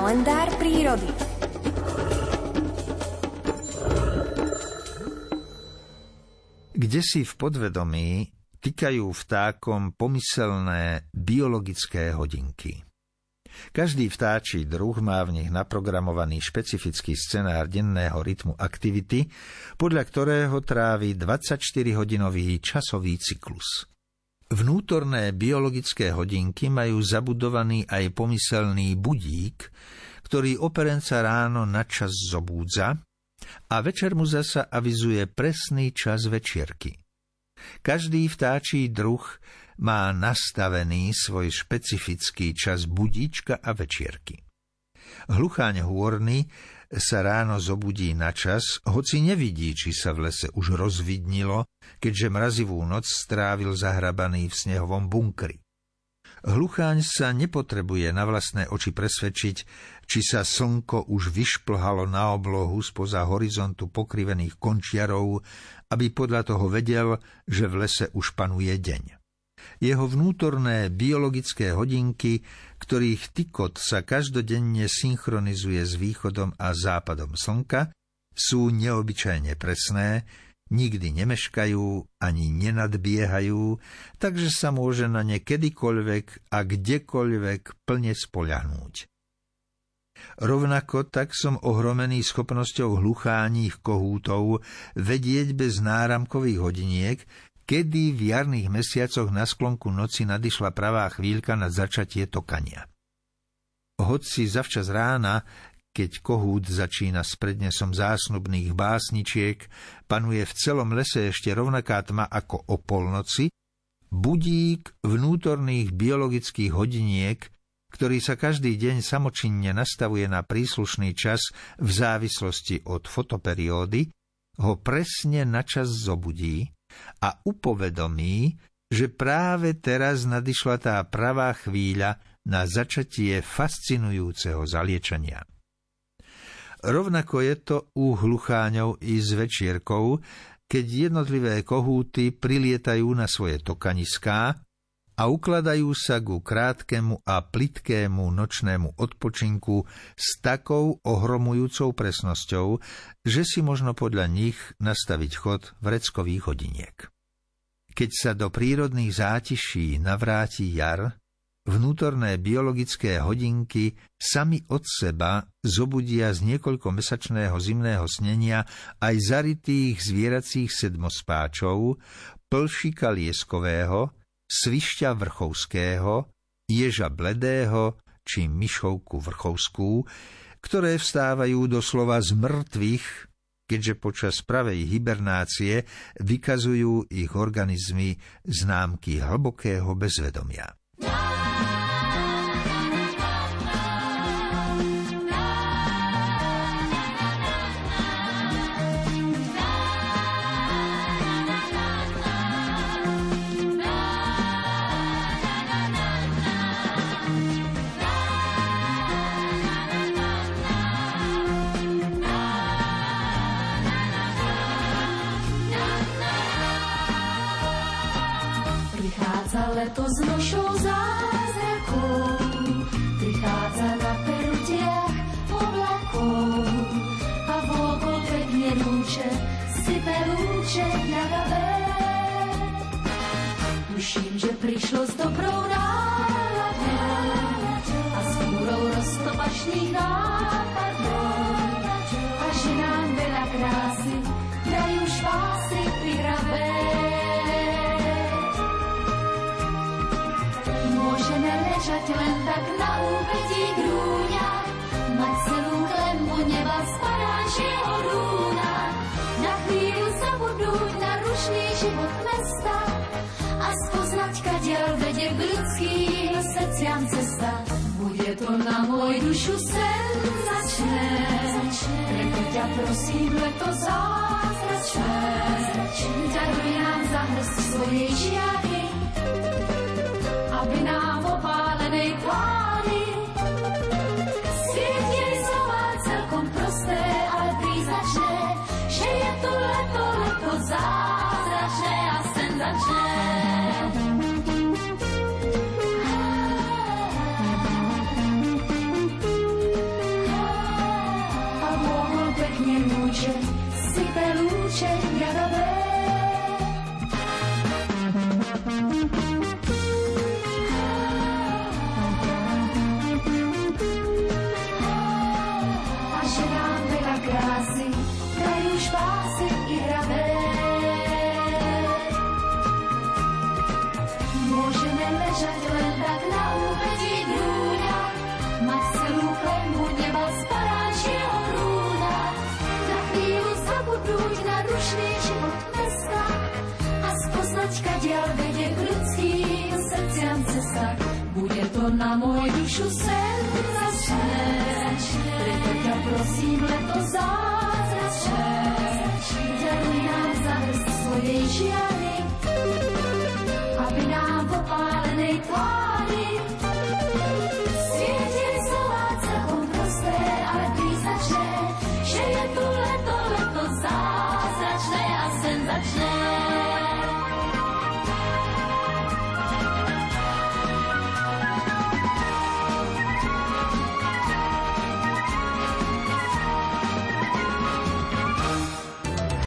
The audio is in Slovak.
kalendár prírody. Kdesi v podvedomí tikajú vtákom pomyselné biologické hodinky. Každý vtáčí druh má v nich naprogramovaný špecifický scenár denného rytmu aktivity, podľa ktorého trávi 24-hodinový časový cyklus. Vnútorné biologické hodinky majú zabudovaný aj pomyselný budík, ktorý operenca ráno načas zobúdza a večer mu zasa avizuje presný čas večierky. Každý vtáčí druh má nastavený svoj špecifický čas budíčka a večierky. Hlucháň hôrny sa ráno zobudí na čas, hoci nevidí, či sa v lese už rozvidnilo, keďže mrazivú noc strávil zahrabaný v snehovom bunkri. Hlucháň sa nepotrebuje na vlastné oči presvedčiť, či sa slnko už vyšplhalo na oblohu spoza horizontu pokrivených končiarov, aby podľa toho vedel, že v lese už panuje deň. Jeho vnútorné biologické hodinky, ktorých tykot sa každodenne synchronizuje s východom a západom slnka, sú neobyčajne presné, nikdy nemeškajú ani nenadbiehajú, takže sa môže na ne kedykoľvek a kdekoľvek plne spoľahnúť. Rovnako tak som ohromený schopnosťou hlucháních kohútov vedieť bez náramkových hodiniek, kedy v jarných mesiacoch na sklonku noci nadišla pravá chvíľka na začatie tokania. Hoci zavčas rána, keď kohút začína s prednesom zásnubných básničiek, panuje v celom lese ešte rovnaká tma ako o polnoci, budík vnútorných biologických hodiniek, ktorý sa každý deň samočinne nastavuje na príslušný čas v závislosti od fotoperiódy, ho presne na čas zobudí a upovedomí, že práve teraz nadišla tá pravá chvíľa na začatie fascinujúceho zaliečenia. Rovnako je to u hlucháňov i s večierkou, keď jednotlivé kohúty prilietajú na svoje tokaniská a ukladajú sa ku krátkemu a plitkému nočnému odpočinku s takou ohromujúcou presnosťou, že si možno podľa nich nastaviť chod vreckových hodiniek. Keď sa do prírodných zátiší navráti jar, vnútorné biologické hodinky sami od seba zobudia z niekoľkomesačného zimného snenia aj zarytých zvieracích sedmospáčov, plšika lieskového, svišťa vrchovského, ježa bledého či myšovku vrchovskú, ktoré vstávajú doslova z mŕtvych, keďže počas pravej hibernácie vykazujú ich organizmy známky hlbokého bezvedomia. Prichádza leto s nošou zázrakov, prichádza na perutiach oblakov a vôkol pekne rúče, sype lúče ľagavé. Tuším, že prišlo s dobrou náladou a s fúrou roztopačných nápadov a že nám veľa krásy dajú špásy prihravé. Len tak na úpetí grúňa, mať celú klembu neba z paráčieho rúna, na chvíľu zabudnúť na rušný život mesta a spoznať, kadiaľ vedie k ľudským srdciam cesta. Bude to na môj dušu senzačné, preto ťa prosím, leto zázračné, daruj nám za hrst svojej žiary, aby nám opálenej plány svietili slova celkom prosté, ale príznačné, že je to leto zázračné a senzačné. ležať len tak na úpetí dúňa, mať celú klembu neba z paráčieho krúňa, na chvíľu zabudnúť na rušný život mesta a spoznať, kadiaľ vedie k ľudským srdciam cesta. Bude to na môj dušu senzačné, preto ťa prosím, leto zázračné, daruj nám za hrst svojej žiary, aby nám v opálenej tvári